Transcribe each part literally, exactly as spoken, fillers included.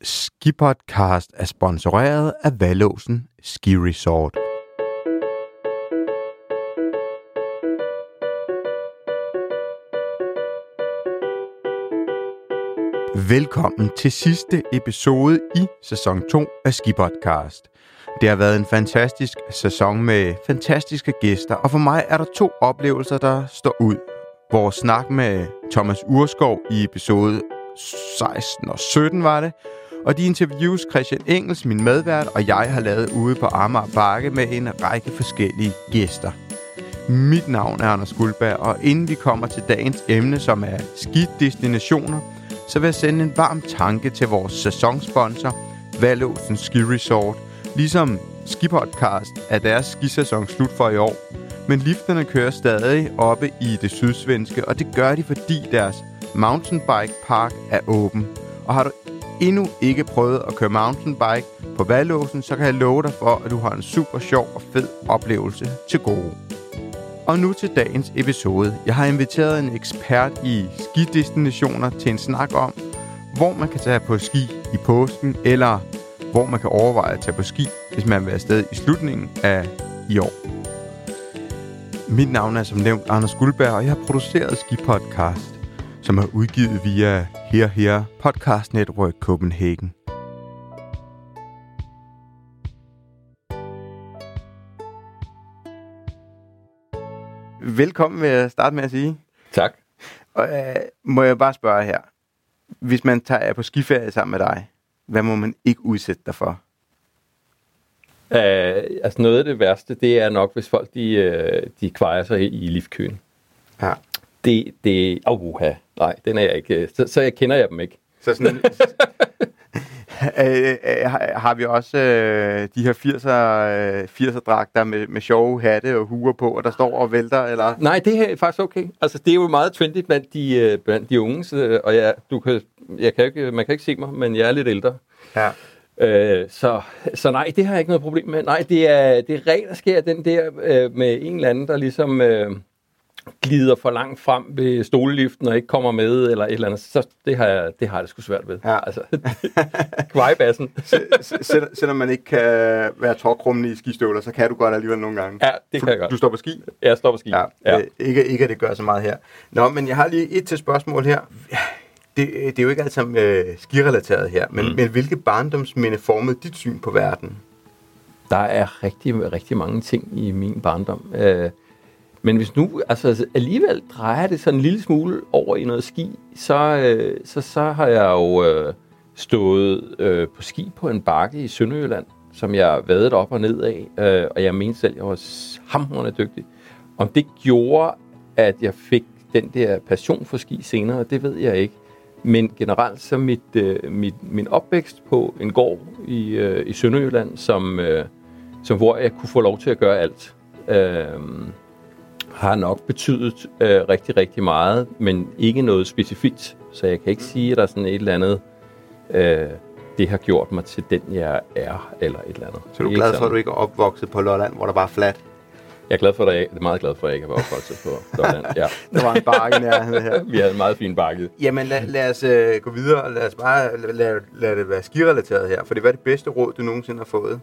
Skipodcast er sponsoreret af Vallåsen Ski Resort. Velkommen til sidste episode i sæson to af Skipodcast. Det har været en fantastisk sæson med fantastiske gæster, og for mig er der to oplevelser, der står ud. Vores snak med Thomas Urskov i episode seksten og sytten var det, og de interviews Christian Engels, min medvært, og jeg har lavet ude på Amager Bakke med en række forskellige gæster. Mit navn er Anders Guldberg, og inden vi kommer til dagens emne, som er skidestinationer, så vil jeg sende en varm tanke til vores sæsonsponsor, Vallåsen Ski Resort. Ligesom Skipodcast er deres skisæson slut for i år, men lifterne kører stadig oppe i det sydsvenske, og det gør de, fordi deres mountainbike park er åben. Og har du endnu ikke prøvet at køre mountainbike på Vallåsen, så kan jeg love dig for, at du har en super sjov og fed oplevelse til gode. Og nu til dagens episode. Jeg har inviteret en ekspert i skidestinationer til en snak om, hvor man kan tage på ski i påsken, eller hvor man kan overveje at tage på ski, hvis man vil afsted i slutningen af i år. Mit navn er som nævnt Anders Guldberg, og jeg har produceret Skipodcast, som er udgivet via Her Her Podcast Network Copenhagen. Velkommen, vil jeg starte med at sige. Tak. Og øh, må jeg bare spørge her. Hvis man tager på skiferie sammen med dig, hvad må man ikke udsætte dig for? Uh, altså noget af det værste, det er nok, hvis folk de, uh, de kvejer sig i liftkøen. Ja. Det, det, åh, uha, nej, den er jeg ikke, så, så jeg kender jeg dem ikke. Så sådan, øh, øh, har vi også øh, de her firser dragter med, med sjove hatte og huer på, og der står og vælter, eller? Nej, det er faktisk okay. Altså, det er jo meget trendy blandt de, blandt de unge, og jeg, du kan, jeg kan ikke, man kan ikke se mig, men jeg er lidt ældre. Ja. Øh, så, så nej, det har jeg ikke noget problem med. Nej, det er, det er rent, der sker den der øh, med en eller anden, der ligesom øh, glider for langt frem ved stoleliften og ikke kommer med, eller et eller andet. Så det har jeg, det har jeg sgu svært ved. Ja. Altså, kvejebassen. Sel- selvom man ikke kan være tårkrummende i skistøvler, så kan du godt alligevel nogle gange. Ja, det kan jeg godt. Du står på ski? Jeg står på ski. Ja, ja. Øh, ikke, ikke at det gør så meget her. Nå, men jeg har lige et til spørgsmål her. Det, det er jo ikke alt sammen øh, skirelateret her, men, mm. men hvilke barndomsminde formede dit syn på verden? Der er rigtig, rigtig mange ting i min barndom. Øh, men hvis nu altså, alligevel drejer det sådan en lille smule over i noget ski, så, øh, så, så har jeg jo øh, stået øh, på ski på en bakke i Sønderjylland, som jeg vadede op og ned af, øh, og jeg mente selv, at jeg var hamrende dygtig. Om det gjorde, at jeg fik den der passion for ski senere, det ved jeg ikke. Men generelt så mit, øh, mit, min opvækst på en gård i, øh, i Sønderjylland, som, øh, som, hvor jeg kunne få lov til at gøre alt, øh, har nok betydet øh, rigtig, rigtig meget, men ikke noget specifikt. Så jeg kan ikke sige, at der er sådan et eller andet, øh, det har gjort mig til den, jeg er, eller et eller andet. Så du er glad for, at du ikke er opvokset på Lolland, hvor der bare er fladt? Jeg er glad for, at jeg er meget glad for, at jeg ikke har været opvokset på Lolland. Ja. Der var en bakke nærheden her. Vi havde en meget fin bakke. Jamen lad, lad os uh, gå videre, og lad os bare lad, lad, lad det være skirelateret her. For det var det bedste råd, du nogensinde har fået?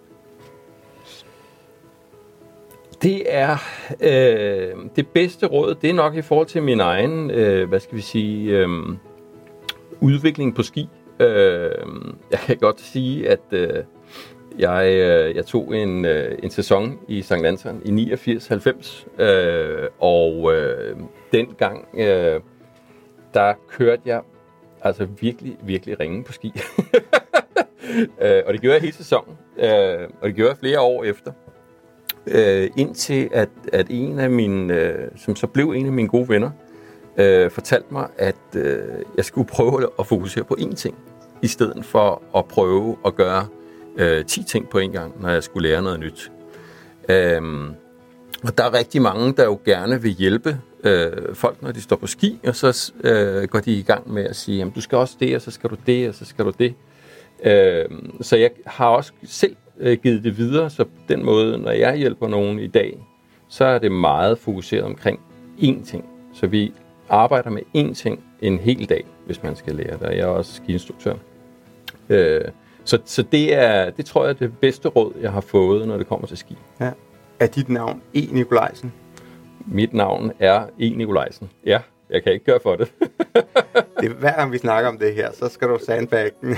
Det er øh, det bedste råd, det er nok i forhold til min egen, øh, hvad skal vi sige, øh, udvikling på ski. Øh, jeg kan godt sige, at øh, Jeg, øh, jeg tog en, øh, en sæson i Sankt Anton i niogfirs halvfems, øh, og øh, dengang, øh, der kørte jeg altså virkelig, virkelig ringe på ski. øh, og det gjorde jeg hele sæsonen, øh, og det gjorde jeg flere år efter. Øh, indtil at, at en af mine, øh, som så blev en af mine gode venner, øh, fortalte mig, at øh, jeg skulle prøve at fokusere på én ting, i stedet for at prøve at gøre Øh, ti ting på en gang, når jeg skulle lære noget nyt. Øhm, og der er rigtig mange, der jo gerne vil hjælpe øh, folk, når de står på ski, og så øh, går de i gang med at sige, jamen du skal også det, og så skal du det, og så skal du det. Øhm, så jeg har også selv øh, givet det videre, så på den måde, når jeg hjælper nogen i dag, så er det meget fokuseret omkring én ting. Så vi arbejder med én ting en hel dag, hvis man skal lære det. Jeg er også skiinstruktør. Øh, så så det, er, det tror jeg er det bedste råd, jeg har fået, når det kommer til ski. Ja. Er dit navn E. Nikolajsen? Mit navn er E. Nikolajsen. Ja, jeg kan ikke gøre for det. Det er, hver gang vi snakker om det her, så skal du sandbagge den.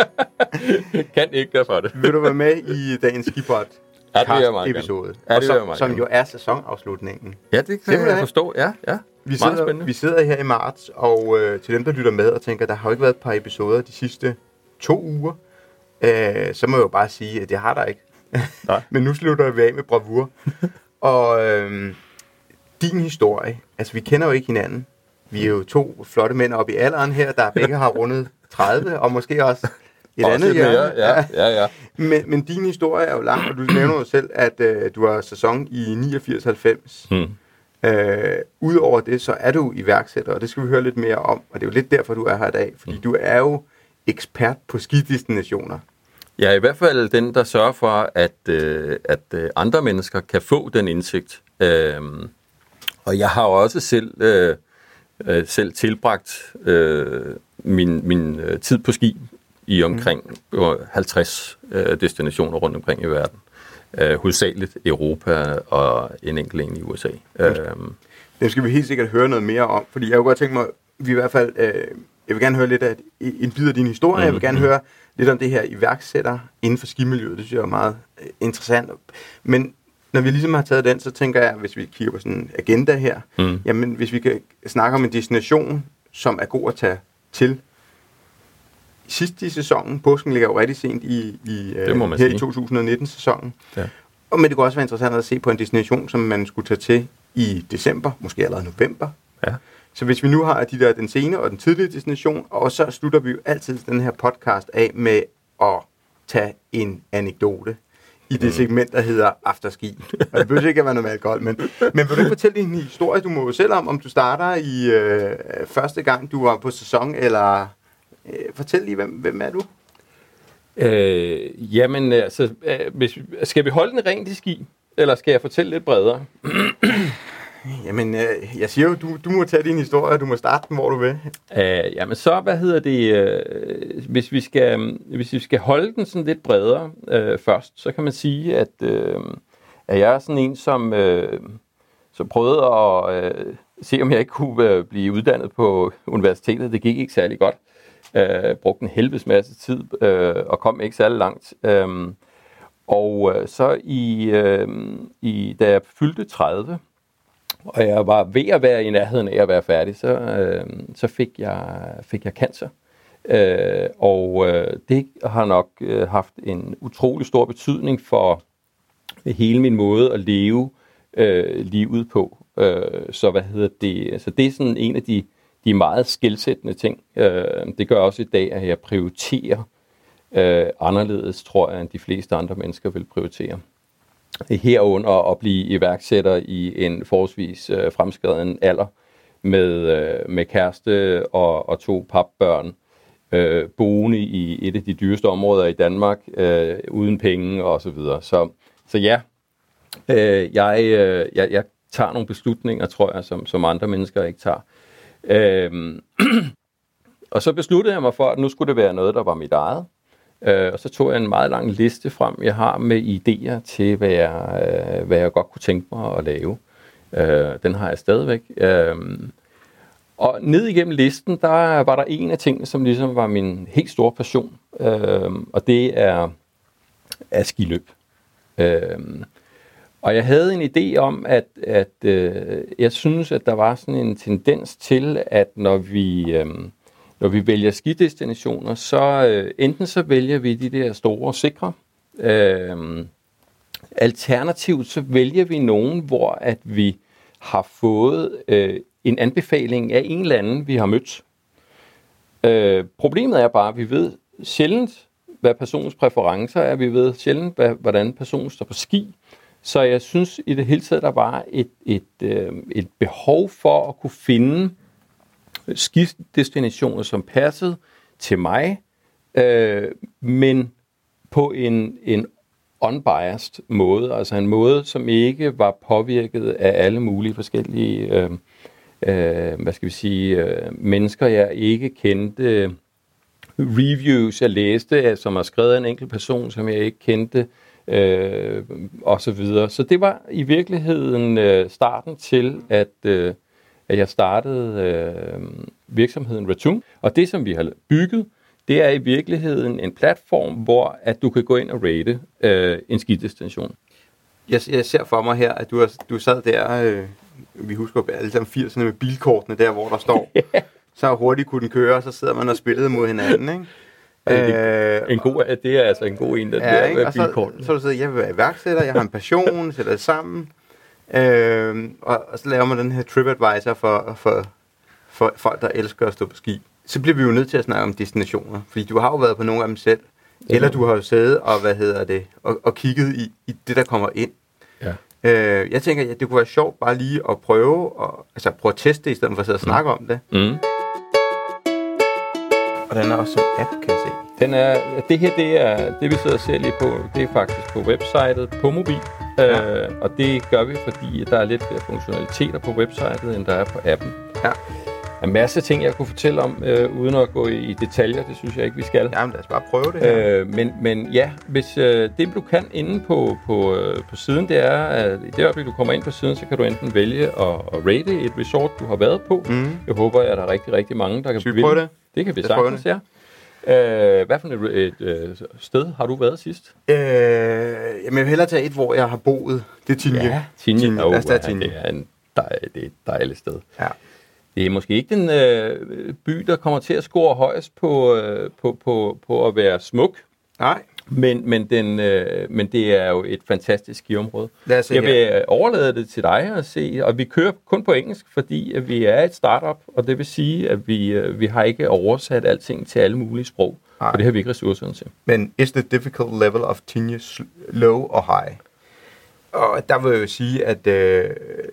Kan ikke gøre for det. Vil du være med i dagens skipod? Ja, det vil jeg meget episode, ja, det som, vil jeg som gerne. jo er sæsonafslutningen. Ja, det kan Simpelthen. jeg forstå. Ja, ja. Vi sidder, vi sidder her i marts, og øh, til dem, der lytter med og tænker, der har jo ikke været et par episoder de sidste to uger, øh, så må jeg jo bare sige, at det har der ikke. Nej. Men nu slutter vi af med bravur. Og øh, din historie, altså vi kender jo ikke hinanden. Vi er jo to flotte mænd oppe i alderen her, der begge har rundet tredive, og måske også et også andet hjørne. Ja, ja, ja. Men, men din historie er jo lang, og du nævner jo selv, at øh, du har sæson i niogfirs halvfems. Hmm. Øh, Udover det, så er du iværksætter, og det skal vi høre lidt mere om. Og det er jo lidt derfor, du er her i dag, fordi du er jo ekspert på skidestinationer. Jeg er i hvert fald den, der sørger for, at, øh, at øh, andre mennesker kan få den indsigt. Øhm, og jeg har også selv, øh, øh, selv tilbragt øh, min, min øh, tid på ski i omkring øh, halvtreds øh, destinationer rundt omkring i verden. Øh, hovedsageligt Europa og en enkelt en i U S A. Øhm. Det skal vi helt sikkert høre noget mere om, fordi jeg kunne godt tænke mig, vi i hvert fald, øh, jeg vil gerne høre lidt af en bid af din historie, mm-hmm. jeg vil gerne høre lidt om det her iværksætter inden for skimiljøet, det synes jeg er meget øh, interessant. Men når vi ligesom har taget den, så tænker jeg, hvis vi kigger på sådan en agenda her, mm. jamen hvis vi kan snakke om en destination, som er god at tage til. Sidst i sæsonen, påsken ligger jo rigtig sent i, i øh, her sige. i to tusind nitten-sæsonen. Ja. Og men det kunne også være interessant at se på en destination, som man skulle tage til i december, måske allerede november. Ja. Så hvis vi nu har de der den sene og den tidlige destination, og så slutter vi jo altid den her podcast af med at tage en anekdote i det mm. segment, der hedder Afterski. Og det behøver ikke at være noget godt, men, men vil du ikke fortælle din historie? Du må jo selv om, om du starter i øh, første gang, du var på sæson, eller øh, fortæl lige, hvem, hvem er du? Øh, jamen, altså, øh, hvis, skal vi holde den rent i ski, eller skal jeg fortælle lidt bredere? Jamen, øh, jeg siger jo, du, du må tage din historie, du må starte den, hvor du vil. Øh, jamen, så, hvad hedder det, øh, hvis, vi skal, hvis vi skal holde den sådan lidt bredere øh, først, så kan man sige, at, øh, at jeg er sådan en, som, øh, som prøvede at øh, se, om jeg ikke kunne øh, blive uddannet på universitetet. Det gik ikke særlig godt. Øh, brugte en helvedes masse tid øh, og kom ikke særlig langt. Øh, og øh, så i, øh, i, da jeg fyldte tredive, og jeg var ved at være i nærheden af at være færdig, så, øh, så fik, jeg, fik jeg cancer. Øh, og øh, det har nok øh, haft en utrolig stor betydning for hele min måde at leve øh, livet på. Øh, så hvad hedder det? Så det er sådan en af de, de meget skelsættende ting. Øh, det gør også i dag, at jeg prioriterer øh, anderledes, tror jeg, end de fleste andre mennesker vil prioritere. Herunder at blive iværksætter i en forholdsvis øh, fremskreden alder med, øh, med kæreste og, og to papbørn, øh, boende i et af de dyreste områder i Danmark, øh, uden penge og så videre. Så, så ja, øh, jeg, øh, jeg, jeg tager nogle beslutninger, tror jeg, som, som andre mennesker ikke tager. Øh, og så besluttede jeg mig for, at nu skulle det være noget, der var mit eget. Uh, og så tog jeg en meget lang liste frem, jeg har med idéer til, hvad jeg, uh, hvad jeg godt kunne tænke mig at lave. Uh, den har jeg stadigvæk. Uh, og ned igennem listen, der var der en af tingene, som ligesom var min helt store passion. Uh, og det er, er skiløb. Uh, og jeg havde en idé om, at, at uh, jeg synes, at der var sådan en tendens til, at når vi... Uh, Når vi vælger skidestinationer, så øh, enten så vælger vi de der store sikre. Øh, alternativt så vælger vi nogen, hvor at vi har fået øh, en anbefaling af en eller anden, vi har mødt. Øh, problemet er bare, at vi ved sjældent, hvad personens præferencer er. Vi ved sjældent, hvad, hvordan personen står på ski. Så jeg synes i det hele taget, der var et, et, øh, et behov for at kunne finde skidestinationer, som passede til mig, øh, men på en, en unbiased måde, altså en måde, som ikke var påvirket af alle mulige forskellige, øh, øh, hvad skal vi sige, øh, mennesker, jeg ikke kendte reviews, jeg læste, som har skrevet af en enkelt person, som jeg ikke kendte, øh, og så videre. Så det var i virkeligheden øh, starten til, at, øh, at jeg startede øh, virksomheden Retune. Og det, som vi har bygget, det er i virkeligheden en platform, hvor at du kan gå ind og rate øh, en skidestination. Jeg, jeg ser for mig her, at du, er, du sad der, øh, vi husker alle sammen firserne med bilkortene der, hvor der står, så hurtigt kunne den køre, og så sidder man og spillede mod hinanden, ikke? Øh, en god, det er altså en god en, der ja, der med så, bilkortene. så du sidder, jeg vil være iværksætter, jeg har en passion, sætter det sammen, øh, og, og så laver man den her TripAdvisor for, for, for folk, der elsker at stå på ski. Så bliver vi jo nødt til at snakke om destinationer, fordi du har jo været på nogle af dem selv, eller du har jo siddet og, hvad hedder det, og, og kigget i, i det, der kommer ind. Ja. Øh, jeg tænker, at det kunne være sjovt bare lige at prøve, og, altså prøve at teste det, i stedet for at sidde og snakke mm. om det. Mm. Og den er også som app, kan jeg se. Den er, det her, det er det, vi sidder og ser lige på, det er faktisk på websitet på mobil. Ja. Øh, og det gør vi, fordi der er lidt flere funktionaliteter på websitet, end der er på appen. Ja. Der er en masse ting, jeg kunne fortælle om, øh, uden at gå i, i detaljer. Det synes jeg ikke, vi skal. Jamen, lad os bare prøve det her. Øh, men, men ja, hvis øh, det du kan inde på, på, øh, på siden, det er, at i det øjeblik, du kommer ind på siden, så kan du enten vælge at, at rate et resort, du har været på. Mm. Jeg håber, at der er rigtig, rigtig mange, der kan Skal vi prøve det? Det kan vi sagtens, ja. Øh, hvad for et, et, et sted har du været sidst? Øh, jamen, jeg vil hellere tage et, hvor jeg har boet. Det er Tinje. Ja, Tinje. Tinje. Oh, Lad os tage ja, Tinje. det er en dej, det er et dejligt sted. Ja. Det er måske ikke den øh, by, der kommer til at score højst på, øh, på, på, på at være smuk. Nej. Men, men, den, øh, men det er jo et fantastisk skiområde. Lad os se jeg vil her. overlade det til dig at se, og vi kører kun på engelsk, fordi at vi er et startup, og det vil sige, at vi, øh, vi har ikke oversat alting til alle mulige sprog, for det har vi ikke ressourcerne til. Men is the difficult level of Tinje low or high? Og der vil jeg jo sige, at øh,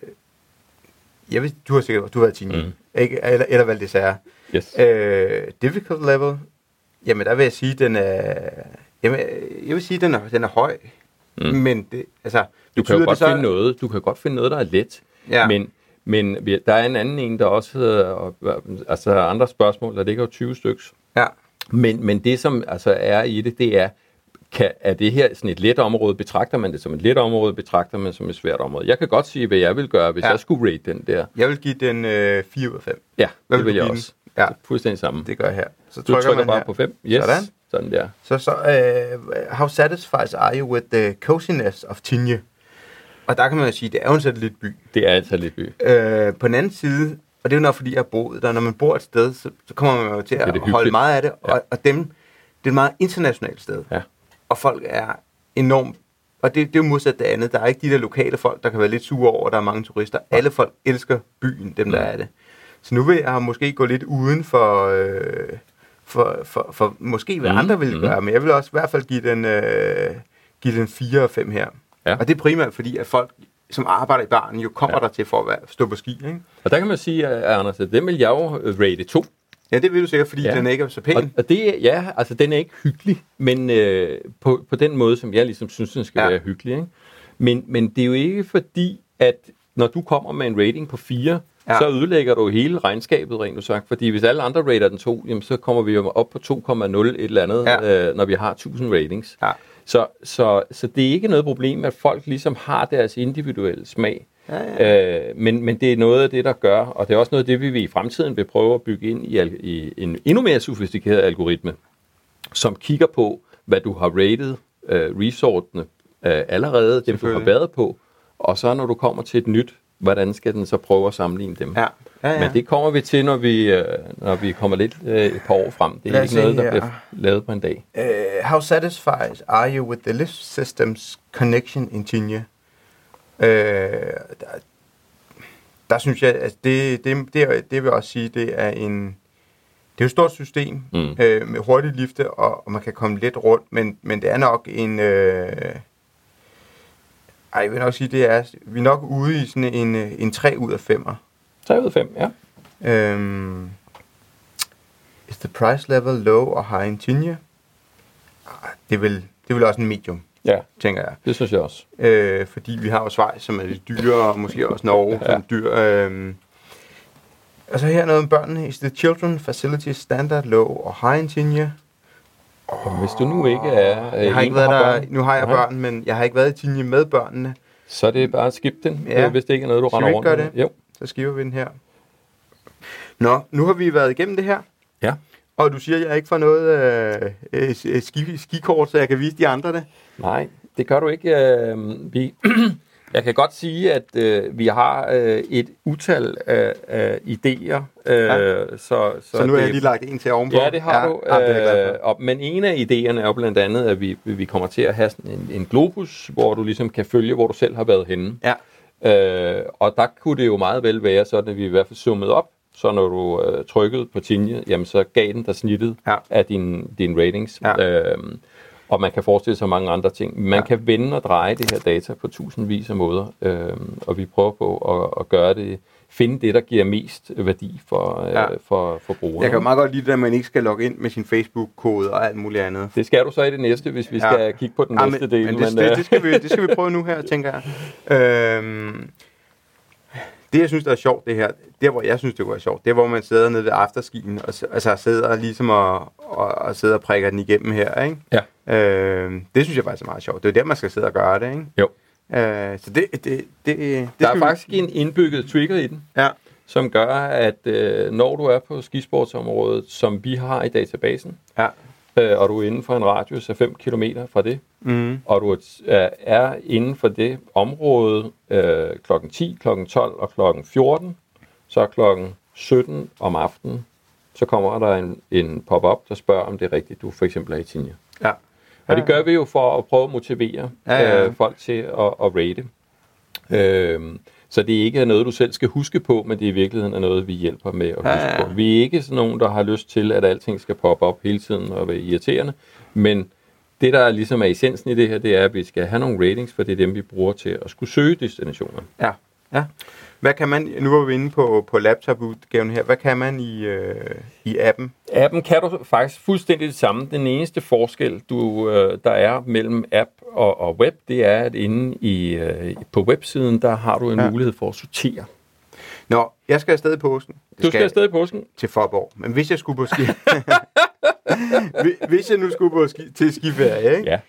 jeg ved, du har sikkert du har været Tinje, mm. ikke? Eller, eller Val d'Isère. Yes. Øh, difficult level, jamen der vil jeg sige, den er, jamen, jeg vil sige, den er, den er høj, mm. men det, altså, du kan jo godt så, finde noget, du kan godt finde noget, der er let, ja. men men der er en anden en, der også hedder, altså andre spørgsmål, der ligger jo tyve stykker. Ja. Men, men det, som altså er i det, det er, kan, er det her sådan et let område? Betragter man det som et let område? Betragter man det som et svært område? Jeg kan godt sige, hvad jeg vil gøre, hvis ja. jeg skulle rate den der. Jeg vil give den øh, fire ud af fem. Ja, hvad det vil jeg også. Ja. Fuldstændig sammen. Det gør jeg her. Så du trykker, trykker bare her. på fem. Yes. Sådan. Sådan der. Så, så uh, how satisfied are you with the coziness of Tinje? Og der kan man jo sige, det er jo en satellitby. Det er en satellitby. Uh, på den anden side, og det er jo nok fordi, jeg har boet der, når man bor et sted, så, så kommer man jo til at holde meget af det, ja. og, og dem, det er et meget internationalt sted. Ja. Og folk er enormt, og det, det er jo modsat det andet, der er ikke de der lokale folk, der kan være lidt sure over, at der er mange turister. Ja. Alle folk elsker byen, dem der ja. er det. Så nu vil jeg måske gå lidt uden for, øh, for, for, for måske hvad mm. andre vil mm. gøre, men jeg vil også i hvert fald give den, øh, give den fire og fem her. Ja. Og det er primært fordi, at folk, som arbejder i baren, jo kommer ja. der til for at være, stå på ski. Ikke? Og der kan man sige, at Anders, at den vil jeg jo rate to. Ja, det vil du sikkert, fordi ja. den ikke er så pæn. Og, og det, ja, altså den er ikke hyggelig, men øh, på, på den måde, som jeg ligesom synes, den skal ja. være hyggelig. Ikke? Men, men det er jo ikke fordi, at når du kommer med en rating på fire, ja. så ødelægger du hele regnskabet, rent sagt. Fordi hvis alle andre rater den to, jamen, så kommer vi jo op på to komma nul et eller andet, ja. øh, når vi har tusind ratings. Ja. Så, så, så det er ikke noget problem, at folk ligesom har deres individuelle smag. Ja, ja. Øh, men, men det er noget af det, der gør, og det er også noget af det, vi i fremtiden vil prøve at bygge ind i, i en endnu mere sofistikeret algoritme, som kigger på, hvad du har rated øh, resortene øh, allerede, dem du har været på, og så når du kommer til et nyt, hvordan skal den så prøve at sammenligne dem? Ja. Ja, ja. Men det kommer vi til, når vi, øh, når vi kommer lidt øh, et par år frem. Det er ikke noget, der her. bliver lavet på en dag. Uh, how satisfied are you with the lift system's connection in Tinje? Uh, der, der synes jeg, at det, det, det, det vil også sige, det er en det er et stort system mm. uh, med hurtige lifte, og, og man kan komme lidt rundt, men, men det er nok en... Uh, ej, jeg vil nok sige, det er, vi er nok ude i sådan en, en tre ud af femmer. tre ud af fem, ja. Um, is the price level low or high in Tinje? Det er vel, det er vel også en medium, ja, tænker jeg. Det synes jeg også. Øh, fordi vi har jo Schweiz, som er lidt dyre, og måske også Norge, ja. som er dyr. Øh, Og så her noget om børnene. Is the children facility standard low og high in Tinja? Og hvis du nu ikke er øh, jeg har ikke en, været der der, børn, nu har jeg nej, børn, men jeg har ikke været i Tinja med børnene. så er det bare at skip den, Ja. øh, hvis det ikke er noget, du Skal render vi rundt ikke gøre med. Jo. Så skriver vi den her. Nå, nu har vi været igennem det her. Ja. Og du siger, at jeg ikke får noget øh, øh, ski, skikort, så jeg kan vise de andre det. Nej, det gør du ikke. Øh, vi Jeg kan godt sige, at øh, vi har øh, et utal af, af idéer. Øh, Ja. så, så, Så nu det, har jeg lige lagt en til ovenpå. Ja, det har ja, du. Ja, det er jeg glad Øh, for. og, men en af idéerne er jo blandt andet, at vi, vi kommer til at have sådan en, en globus, hvor du ligesom kan følge, hvor du selv har været henne. Ja. Øh, og der kunne det jo meget vel være sådan, at vi i hvert fald zoomede op, så når du øh, trykkede på Tinja, jamen så gav den der snittet Ja. af din, din ratings. Ja. Øh, og man kan forestille sig mange andre ting. Man Ja. kan vende og dreje det her data på tusindvis af måder, øh, og vi prøver på at, at gøre det, finde det, der giver mest værdi for, øh, Ja. for, for brugerne. Jeg kan meget godt lide det, at man ikke skal logge ind med sin Facebook-kode og alt muligt andet. Det skal du så i det næste, hvis vi Ja. skal kigge på den Ja, næste men, del. Men det, men, det, øh, det, skal vi, det skal vi prøve nu her, tænker jeg. Øhm, det, jeg synes, der er sjovt, det her, der hvor jeg synes, det var sjovt, det er, hvor man sidder nede ved afterskien, og s- altså sidder ligesom og, og, og sidder og prikker den igennem her, ikke? Ja. Øhm, det synes jeg faktisk er meget sjovt. Det er jo der, man skal sidde og gøre det, ikke? Jo. Øh, så det, det, det, det Der skal er vi- faktisk en indbygget trigger i den, Ja. som gør, at øh, når du er på skisportsområdet, som vi har i databasen, Ja. øh, og du er inden for en radius af fem kilometer fra det, Mm. og du er, er inden for det område øh, klokken ti, klokken tolv og klokken fjorten, så klokken sytten om aftenen, så kommer der en, en pop-up, der spørger, om det er rigtigt, du for eksempel er i Tinja. Ja. Og det gør vi jo for at prøve at motivere Ja, ja. øh, folk til at, at rate. Øhm, så det er ikke noget, du selv skal huske på, men det i virkeligheden er noget, vi hjælper med at huske Ja, ja. på. Vi er ikke sådan nogen, der har lyst til, at alting skal poppe op hele tiden og være irriterende, men det, der ligesom er essensen i det her, det er, at vi skal have nogle ratings, for det er dem, vi bruger til at skulle søge destinationer. Ja. Ja. Hvad kan man, nu var vi inde på, på laptop-udgaven her, hvad kan man i, øh, i appen? Appen kan du faktisk fuldstændig det samme. Den eneste forskel, du, øh, der er mellem app og, og web, det er, at inde i, øh, på websiden, der har du en Ja. mulighed for at sortere. Nå, jeg skal afsted i påsken. Det Du skal afsted i påsken. til Fåborg. Men hvis jeg skulle på ski... hvis jeg nu skulle på ski, til skiferie, ikke?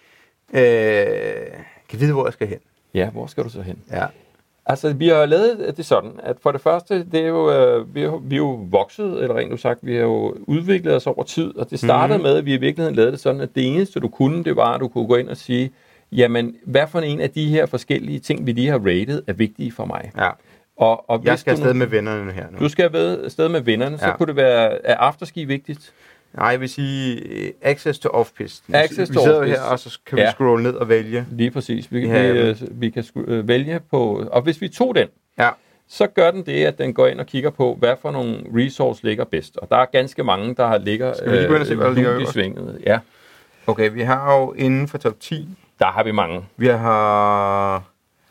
Ja. Øh, kan jeg vide, hvor jeg skal hen? Ja, hvor skal du så hen? Ja. Altså, vi har lavet det sådan, at for det første, det er jo, øh, vi, er, vi er jo vokset, eller rent sagt, vi har jo udviklet os over tid, og det startede Mhm. med, at vi i virkeligheden lavede det sådan, at det eneste, du kunne, det var, at du kunne gå ind og sige, jamen, hvad for en af de her forskellige ting, vi lige har rated, er vigtige for mig. Ja. Og, og Jeg hvis skal du nu- afsted med vennerne her nu. Du skal afsted med vennerne, så Ja. kunne det være, er afterski vigtigt? Nej, jeg vil sige uh, access to off-pist. Access vi to sidder jo off-pist. her, og så kan vi Ja. scrolle ned og vælge. Lige præcis. Vi, Ja, vi, ja. øh, vi kan sku- øh, vælge på, og hvis vi tog den, Ja. så gør den det, at den går ind og kigger på, hvad for nogle resource ligger bedst. Og der er ganske mange, der ligger Skal vi lige gå ind og se, hvad der ligger lunt i øverst? svinget. Ja, Okay, vi har jo inden for top ti, der har vi mange. vi har...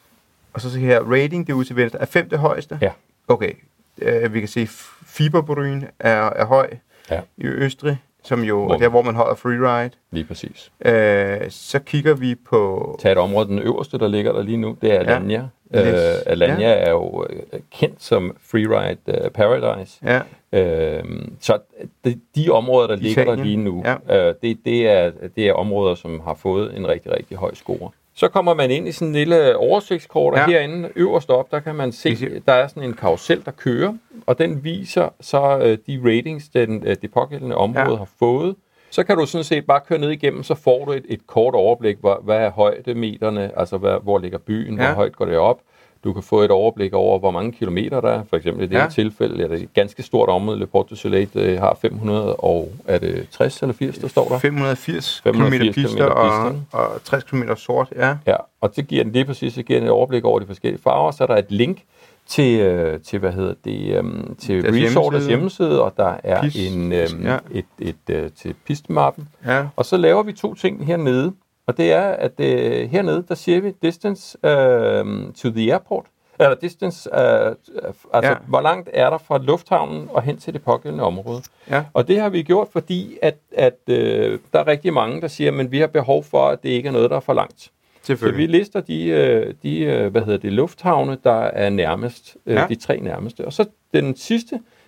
Og så se her, rating, det er ude til venstre. Er fem det højeste? Ja. Okay. Uh, vi kan se, Fiberbryn er, er høj Ja. i Østrig, som jo Hvor- er der, hvor man holder freeride. Lige præcis. Uh, så kigger vi på... Tag et område, den øverste, der ligger der lige nu, det er Alanya. Yes. Ja. Øh, Alanya Ja. er jo øh, kendt som Freeride uh, Paradise. Ja, Øhm, så de, de områder, der ligger der Italien. lige nu, Ja. øh, det, det, er, det er områder, som har fået en rigtig, rigtig høj score. Så kommer man ind i sådan en lille oversigtskort, og Ja. herinde øverst op, der kan man se, Vi ser- der er sådan en karusel, der kører, og den viser så øh, de ratings, den, øh, det pågældende område Ja. har fået. Så kan du sådan set bare køre ned igennem, så får du et, et kort overblik, hvor, hvad er højdemeterne, altså hvad, hvor ligger byen, Ja. hvor højt går det op. Du kan få et overblik over, hvor mange kilometer der er. For eksempel i det Ja. her tilfælde er det et ganske stort område. Le Port du Soleil det har fem hundrede og er det tres eller firs, der står der? fem hundrede og firs fem hundrede og kilometer firs pister og, pister. og tres kilometer sort. Ja. Ja, og det giver den lige præcis, det giver den et overblik over de forskellige farver. Så er der et link til, øh, til hvad hedder det, øhm, til Deres Resorters hjemmeside. hjemmeside, og der er Pist. en, øhm, Ja. et, et, øh, til pistemappen. Ja. Og så laver vi to ting hernede, og det er, at øh, hernede, der siger vi distance øh, to the airport, eller distance, øh, altså Ja. hvor langt er der fra lufthavnen og hen til det pågældende område. Ja. Og det har vi gjort, fordi at, at øh, der er rigtig mange, der siger, at vi har behov for, at det ikke er noget, der er for langt. Så vi Selvfølgelig. lister de, øh, de øh, hvad hedder det, lufthavne, der er nærmest, øh, Ja. de tre nærmeste. Og så den sidste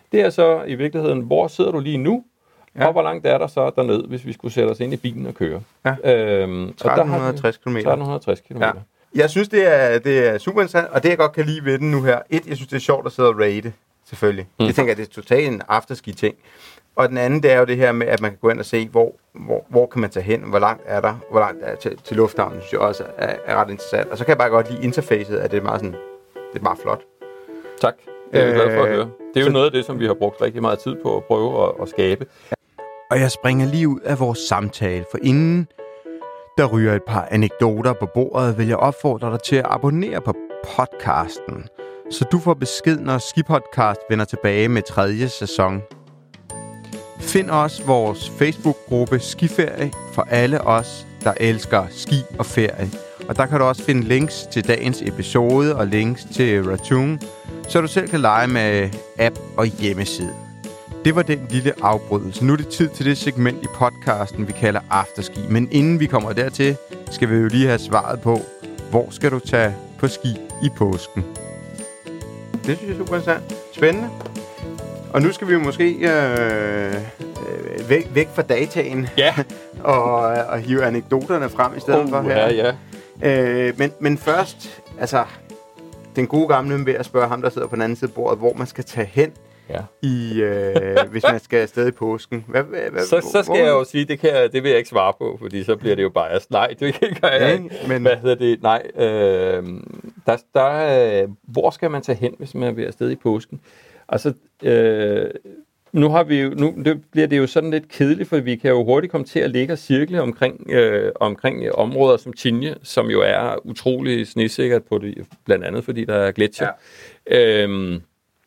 det er så i virkeligheden, hvor sidder du lige nu, ja. og hvor langt er der så derned, hvis vi skulle sætte os ind i bilen og køre. Ja. Øhm, tretten halvtreds kilometer. tretten halvtreds kilometer. Ja. Jeg synes, det er, det er super interessant, og det jeg godt kan lide ved den nu her, et, jeg synes, det er sjovt at sidde og rate, selvfølgelig. Mm. Jeg tænker, at det er totalt en afterski-ting. Og den anden, det er jo det her med, at man kan gå ind og se, hvor, hvor, hvor kan man tage hen, hvor langt er der, hvor langt er til, til lufthavnen, synes jeg også er, er ret interessant. Og så kan jeg bare godt lide interfacet, at det er meget sådan, det er bare flot. Tak, det er jeg glad for at Øh, høre. Det er jo så, noget af det, som vi har brugt rigtig meget tid på at prøve at, at skabe. Og jeg springer lige ud af vores samtale, for inden der ryger et par anekdoter på bordet, vil jeg opfordre dig til at abonnere på podcasten, så du får besked, når Skipodcast vender tilbage med tredje sæson. Find også vores Facebook-gruppe Skiferie for alle os, der elsker ski og ferie. Og der kan du også finde links til dagens episode og links til Ratoon, så du selv kan lege med app og hjemmeside. Det var den lille afbrydelse. Nu er det tid til det segment i podcasten, vi kalder Afterski. Men inden vi kommer dertil, skal vi jo lige have svaret på, hvor skal du tage på ski i påsken? Det synes jeg er super interessant. Spændende. Og nu skal vi jo måske øh, øh, væk, væk fra dataen ja. og, og hive anekdoterne frem i stedet oh, for her. Ja, ja. Øh, men, men først, altså, den gode gamle ved at spørge ham, der sidder på den anden side af bordet, hvor man skal tage hen, ja. i, øh, hvis man skal afsted i påsken. Hvad, hvad, så, så skal hvor? jeg jo sige, det, kan jeg, det vil jeg ikke svare på, fordi så bliver det jo biased. Nej, det kan jeg ikke. Men... Hvad hedder det? Nej, øh, der, der, hvor skal man tage hen, hvis man vil afsted i påsken? Altså, øh, nu, har vi jo, nu det bliver det jo sådan lidt kedeligt, for vi kan jo hurtigt komme til at ligge og cirkle omkring, øh, omkring områder som Tinje, som jo er utrolig snesikkert på det, blandt andet fordi der er gletsjer. Ja. Øh,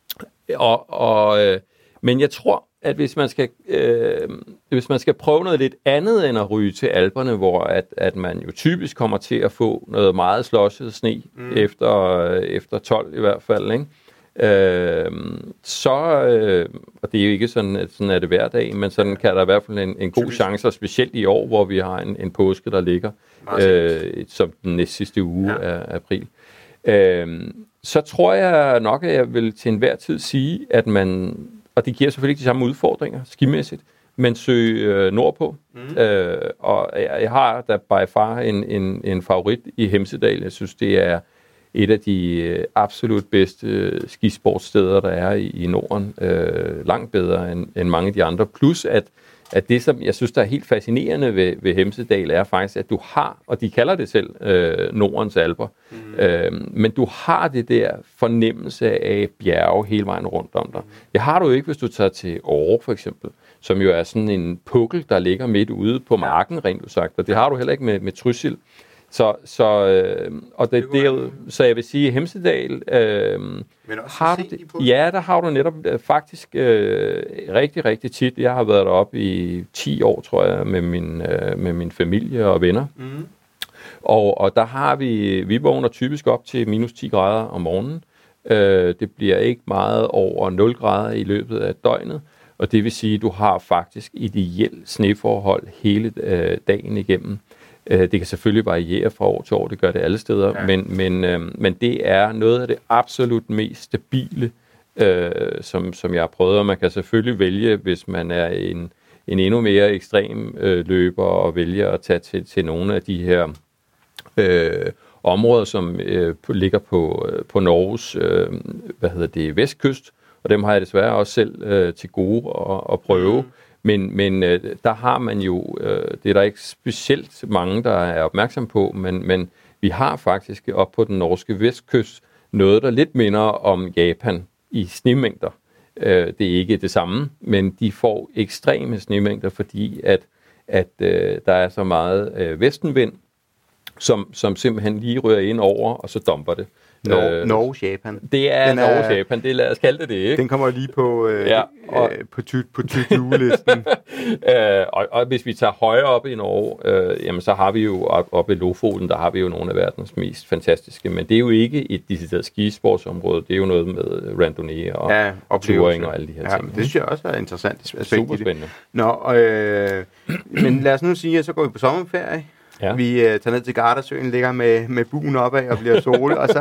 Og, og, øh, men jeg tror, at hvis man skal øh, hvis man skal prøve noget lidt andet end at ryge til Alperne, hvor at, at man jo typisk kommer til at få noget meget slosset sne mm. efter, efter tolv i hvert fald, ikke? Øh, så, øh, og det er jo ikke sådan, at sådan er det hver dag, men sådan kan der i hvert fald en, en god chance, og specielt i år, hvor vi har en, en påske, der ligger øh, som den næste sidste uge ja. af april. Øh, så tror jeg nok, at jeg vil til enhver tid sige, at man, og det giver selvfølgelig ikke de samme udfordringer skimæssigt, men søge øh, nordpå. Mm. Øh, og jeg, jeg har da by far en, en, en favorit i Hemsedal. Jeg synes, det er et af de øh, absolut bedste øh, skisportsteder, der er i, i Norden. Øh, langt bedre end, end mange af de andre. Plus at at det, som jeg synes, der er helt fascinerende ved, ved Hemsedal, er faktisk, at du har, og de kalder det selv øh, Nordens Alper, mm. øh, men du har det der fornemmelse af bjerge hele vejen rundt om dig. Det har du ikke, hvis du tager til Åre, for eksempel, som jo er sådan en pukkel, der ligger midt ude på marken, rent udsagt, og det har du heller ikke med, med Trysil. Så, så, øh, og det, det er, så jeg vil sige, at Hemsedal, øh, har du, ja, der har du netop øh, faktisk øh, rigtig, rigtig tit. Jeg har været deroppe i ti år, tror jeg, med min, øh, med min familie og venner. Mm. Og, og der har vi, vi vågner typisk op til minus ti grader om morgenen. Øh, det bliver ikke meget over nul grader i løbet af døgnet. Og det vil sige, at du har faktisk ideelt sneforhold hele øh, dagen igennem. Det kan selvfølgelig variere fra år til år, det gør det alle steder, ja. men, men, øh, men det er noget af det absolut mest stabile, øh, som, som jeg har prøvet, og man kan selvfølgelig vælge, hvis man er en, en endnu mere ekstrem øh, løber, og vælger at tage til, til nogle af de her øh, områder, som øh, ligger på, øh, på Norges øh, hvad hedder det, vestkyst, og dem har jeg desværre også selv øh, til gode at, at prøve. Mm. Men, men øh, der har man jo, øh, det er der ikke specielt mange, der er opmærksom på, men, men vi har faktisk op på den norske vestkyst noget, der lidt minder om Japan i snemængder. Øh, det er ikke det samme, men de får ekstreme snemængder, fordi at, at øh, der er så meget øh, vestenvind, som, som simpelthen lige rører ind over, og så dumper det. Nor- øh, Norge, Japan. Det er Norge, Japan. Det lad os kalde det det, ikke? Den kommer lige på øh, ja, og, øh, på ty på to-do-listen. øh, og, og hvis vi tager højere op i Norge, øh, jamen så har vi jo op, op i Lofoten, der har vi jo nogle af verdens mest fantastiske, men det er jo ikke et decideret skisportsområde, det er jo noget med randonnée og ja, touring og alle de her ja, ting. Det synes jeg også er interessant aspekt. Super spændende. Nå, øh, men lad os nu sige, at så går vi på sommerferie. Ja. Vi øh, tager ned til Gardasøen, ligger med, med buen opad og bliver sole, og så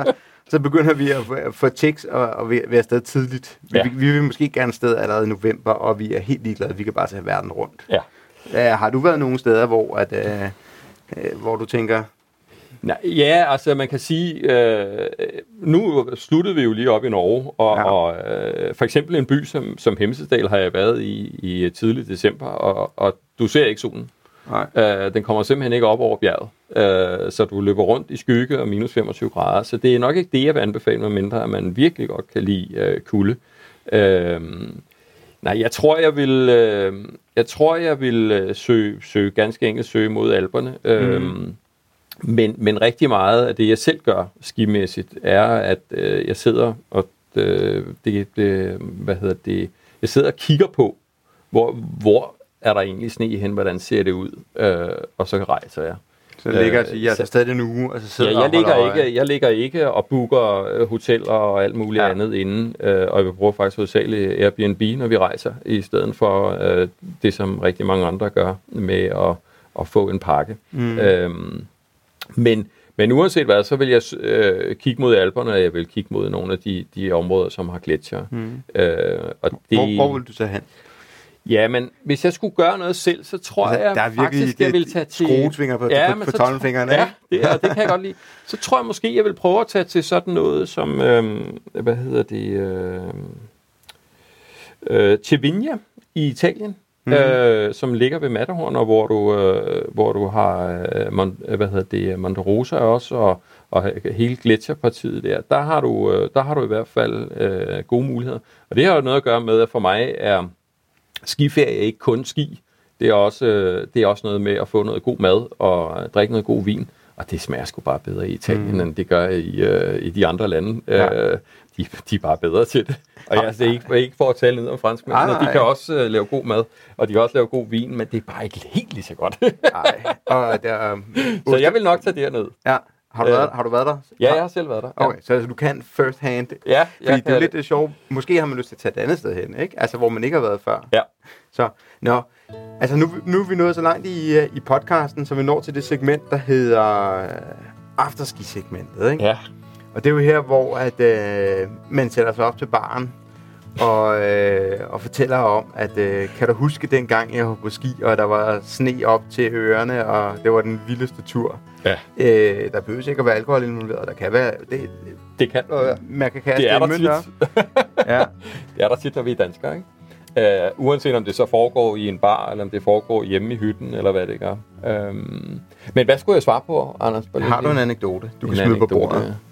så begynder vi at få tics og, og være afsted tidligt. Ja. Vi, vi vil måske gerne afsted allerede i november, og vi er helt ligeglade. Vi kan bare tage verden rundt. Ja. Uh, har du været nogle steder, hvor, at, uh, uh, hvor du tænker... Nej, ja, altså man kan sige, øh, nu sluttede vi jo lige op i Norge, og, ja. og øh, for eksempel en by som, som Hemsedal har jeg været i i tidlig december, og, og du ser ikke solen. Nej. Øh, den kommer simpelthen ikke op over bjerget, øh, så du løber rundt i skygge og minus femogtyve grader, så det er nok ikke det, jeg vil anbefale, medmindre at man virkelig godt kan lide øh, kulde. Øh, nej, jeg tror, jeg vil, øh, jeg tror, jeg vil søge, søge ganske enkelt søge mod Alperne. Øh, mm. Men, men rigtig meget af det, jeg selv gør skimæssigt, er, at øh, jeg sidder og øh, det, det, hvad hedder det, jeg sidder og kigger på, hvor, hvor er der egentlig sne hen, hvordan ser det ud, øh, og så rejser jeg. Så det ligger øh, jeg så stadig en uge, og så sidder ja, jeg, ligger ikke, jeg ligger ikke og booker hoteller og alt muligt ja. andet inden, øh, og jeg bruger faktisk hovedsageligt Airbnb, når vi rejser, i stedet for øh, det, som rigtig mange andre gør med at, at få en pakke. Mm. Øhm, Men, men uanset hvad, så vil jeg øh, kigge mod Alperne, og jeg vil kigge mod nogle af de, de områder, som har gletsjere. Mm. Øh, og det, hvor, hvor vil du så hen? Ja, men hvis jeg skulle gøre noget selv, så tror altså, jeg der er faktisk, jeg vil tage til... skruetvinger på, ja, på, på tommelfingrene, ja, det, og det kan jeg godt lide. Så tror jeg måske, jeg vil prøve at tage til sådan noget som, øh, hvad hedder det, øh, øh, Cervinia i Italien. Mm. Øh, som ligger ved Matterhorn, og hvor du øh, hvor du har øh, Mon, hvad hedder det, Monte Rosa også, og, og hele gletsjerpartiet der. Der har du øh, der har du i hvert fald øh, gode muligheder. Og det har jo noget at gøre med, at for mig er skiferie ikke kun ski. Det er også øh, det er også noget med at få noget god mad og drikke noget god vin. Og det smager sgu bare bedre i Italien, mm. end det gør i øh, i de andre lande. Ja. Øh, de, de er bare bedre til det. Og jeg er ikke, ikke for at tale ned om franskmændene, de kan også uh, lave god mad, og de kan også lave god vin, men det er bare ikke helt lige så godt. Nej. Og der, um, så jeg vil nok tage derned. Ja. Har du, øh, været, har du været der? Ja, jeg har selv været der. Ja. Okay, så altså, du kan first hand. Ja, fordi det er lidt det sjovt. Måske har man lyst til at tage et andet sted hen, ikke? Altså, hvor man ikke har været før. Ja. Så, nå. Altså, nu, nu er vi nået så langt i, i podcasten, så vi når til det segment, der hedder uh, afterski-segmentet, ikke? Ja. Og det er jo her, hvor at, øh, man sætter sig op til baren og, øh, og fortæller om, at øh, kan du huske dengang, jeg var på ski, og der var sne op til ørerne, og det var den vildeste tur. Ja. Øh, der behøver ikke at være alkohol involveret, der kan være... Det, det kan øh, man kan kaste det er en der mønt tit. Ja. Det er der tit, når vi er danskere, ikke? Uh, uanset om det så foregår i en bar, eller om det foregår hjemme i hytten, eller hvad det gør. Um, men hvad skulle jeg svare på, Anders? Har du en anekdote, du en kan smide på bordet? Ja.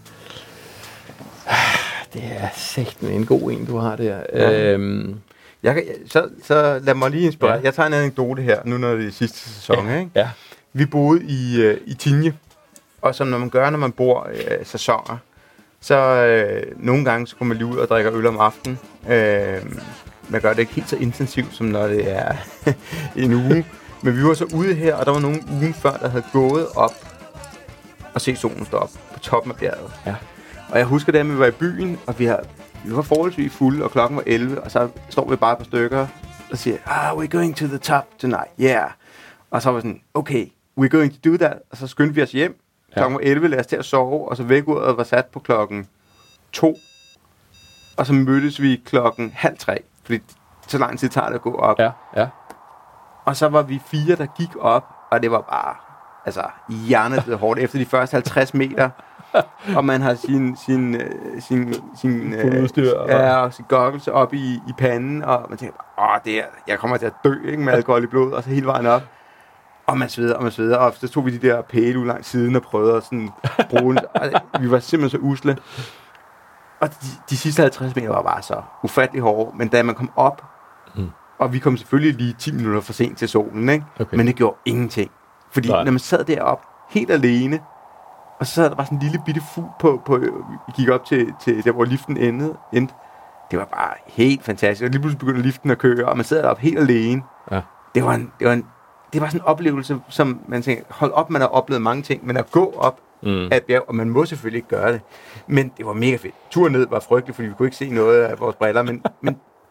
Det er sæt med en god en, du har der. Ja. Øhm. Jeg kan, så, så lad mig lige inspirere. Ja. Jeg tager en anekdote her, nu når det er sidste sæson. Ja. Ikke? Ja. Vi boede i, uh, i Tinje, og som når man gør, når man bor uh, sæsoner, så uh, nogle gange så kommer man lige ud og drikker øl om aftenen. Uh, man gør det ikke helt så intensivt, som når det er en uge. Men vi var så ude her, og der var nogle ugen før, der havde gået op og set solen stå op på toppen af bjerget. Ja. Og jeg husker det, at vi var i byen, og vi, har, vi var forholdsvis fulde, og klokken var elleve, og så står vi bare på stykker og siger, ah, we're going to the top tonight, yeah. Og så var vi sådan, okay, we're going to do that. Og så skyndte vi os hjem. Klokken var elleve, lad os til at sove, og så vækkeuret var sat på klokken to. Og så mødtes vi klokken halv tre, fordi så lang tid tager det at gå op. Ja, ja. Og så var vi fire, der gik op, og det var bare, altså, hjernet hårdt efter de første halvtreds meter. Og man har sin sin uh, sin sin uh, udstyr, ja, og sin goggles op i i panden, og man tænker bare, åh, det er, jeg kommer til at dø, ikke, med alkohol i blodet, og så hele vejen op. Og man sveder, og man sveder, og så tog vi de der pæle ud langs siden og prøvede at sådan bruge det. Vi var simpelthen så usle. Og de, de sidste halvtreds meter var bare så ufattelig hårde, men da man kom op, mm. og vi kom selvfølgelig lige ti minutter for sent til solen, ikke? Okay. Men det gjorde ingenting. Fordi Nej. når man sad deroppe helt alene, og så sad der bare sådan en lille bitte fugl på, på, vi gik op til, til der, hvor liften endte, endte. Det var bare helt fantastisk. Og lige pludselig begyndte liften at køre, og man sad deroppe helt alene. Ja. Det var en, det var en, det var sådan en oplevelse, som man tænker, hold op, man har oplevet mange ting, men at gå op mm. af et bjerg, og man må selvfølgelig ikke gøre det. Men det var mega fedt. Turen ned var frygtelig, fordi vi kunne ikke se noget af vores briller, men, men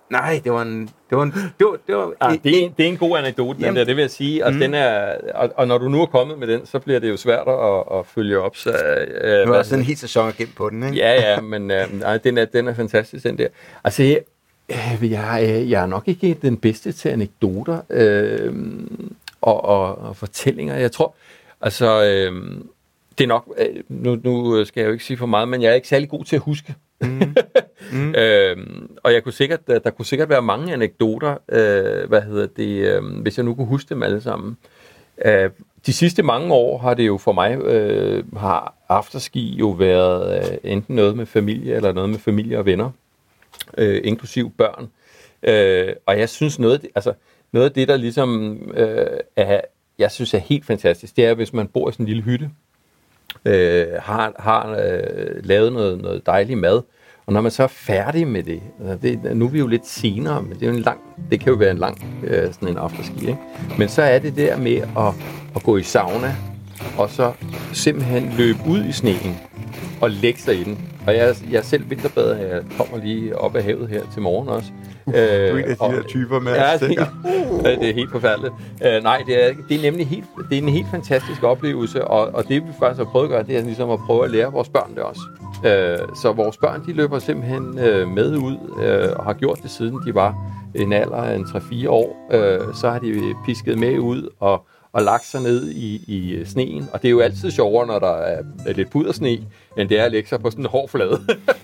Nej, det var en... Det var en, det var, det var ah, en, det, er en, det er en god anekdote, den der, det vil jeg sige. Altså, mm. den er, og, og når du nu er kommet med den, så bliver det jo svært at, at følge op. Så, øh, nu er sådan en helt sæson gennem på den, ikke? Ja, ja, men øh, nej, den, er, den er fantastisk, den der. Altså, jeg, jeg, jeg er nok ikke den bedste til anekdoter øh, og, og, og fortællinger. Jeg tror, altså... Øh, det er nok... Øh, nu, nu skal jeg jo ikke sige for meget, men jeg er ikke særlig god til at huske. Mm. Mm. øhm, og jeg kunne sikkert, der, der kunne sikkert være mange anekdoter, øh, hvad hedder det, øh, hvis jeg nu kunne huske dem alle sammen. Øh, de sidste mange år har det jo for mig, øh, har afterski jo været øh, enten noget med familie, eller noget med familie og venner, øh, inklusiv børn. Øh, og jeg synes noget af det, altså, noget af det, der ligesom øh, er, jeg synes er helt fantastisk, det er, hvis man bor i sådan en lille hytte, Øh, har, har øh, lavet noget, noget dejlig mad, og når man så er færdig med det, altså det, nu er vi jo lidt senere, men det, er jo en lang, det kan jo være en lang øh, sådan en afterski, ikke? Men så er det der med at, at gå i sauna, og så simpelthen løbe ud i sneen, og lægge sig i den. Og jeg, jeg er selv vinterbader, jeg kommer lige op af havet her til morgen også. Uh, du er en af de der typer med ja, det, det er helt forfærdeligt. Uh, nej, det er, det er nemlig helt, det er en helt fantastisk oplevelse, og, og det vi faktisk har prøvet at gøre, det er ligesom at prøve at lære vores børn det også. Uh, så vores børn, de løber simpelthen uh, med ud, uh, og har gjort det siden de var en alder af en tre fire år. Uh, så har de pisket med ud og og lagt sig ned i, i sneen. Og det er jo altid sjovere, når der er lidt pudersne, end det er at lægge sig på sådan en hård flade.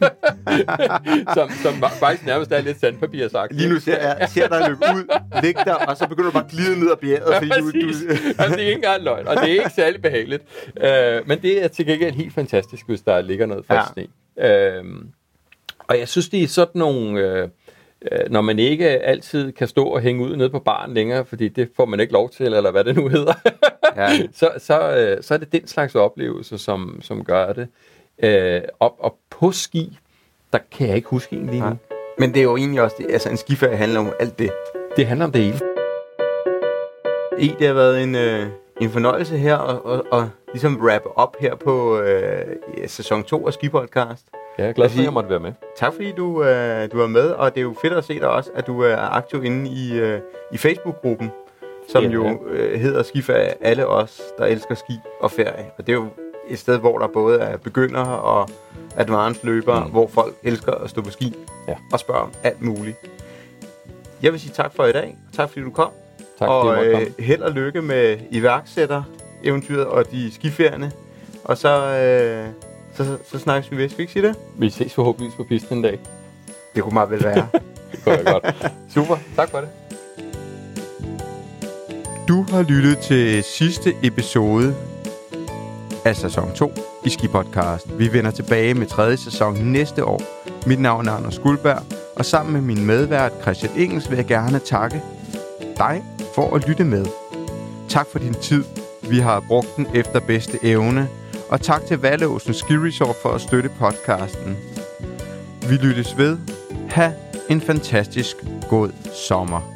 som, som faktisk nærmest er lidt sandpapir sagt. Lige nu ser jeg ser dig løbe ud, læg dig, og så begynder du bare at glide ned ad bjerget. Ja, fordi du, du... altså, det er ikke engang løgn, og det er ikke særlig behageligt. Uh, men det er til gengæld helt fantastisk, hvis der ligger noget frisk ja. sne. Uh, og jeg synes, det er sådan nogle... Uh, når man ikke altid kan stå og hænge ud nede på baren længere, fordi det får man ikke lov til, eller hvad det nu hedder, ja. så, så, så er det den slags oplevelse, som, som gør det. Øh, og, og på ski, der kan jeg ikke huske en lige nu. Ja. Men det er jo egentlig også, det, altså en skiferie handler om alt det. Det handler om det hele. E, det har været en, øh, en fornøjelse her, og, og, og ligesom wrap op her på øh, sæson to af Skipodcast. Ja, jeg er glad for, at jeg måtte være med. Tak fordi du, øh, du er med, og det er jo fedt at se dig også, at du er aktiv inde i, øh, i Facebook-gruppen, som ja, jo øh, hedder Skiferie, alle os, der elsker ski og ferie. Og det er jo et sted, hvor der både er begyndere og advanced løbere, mm. hvor folk elsker at stå på ski ja. og spørge om alt muligt. Jeg vil sige tak for i dag, og tak fordi du kom. Tak, og øh, held og lykke med iværksætter-eventyret og de skiferierne. Og så... Øh, Så, så, så snakkes vi, hvis vi ikke siger det. Vi ses forhåbentlig på pisten en dag. Det kunne meget vel være. Det kunne jeg godt. Super, tak for det. Du har lyttet til sidste episode af sæson to i Skipodcast. Vi vender tilbage med tredje sæson næste år. Mit navn er Anders Guldberg, og sammen med min medvært Christian Engels vil jeg gerne takke dig for at lytte med. Tak for din tid. Vi har brugt den efter bedste evne. Og tak til Vallåsen Ski Resort for at støtte podcasten. Vi lyttes ved. Ha' en fantastisk god sommer.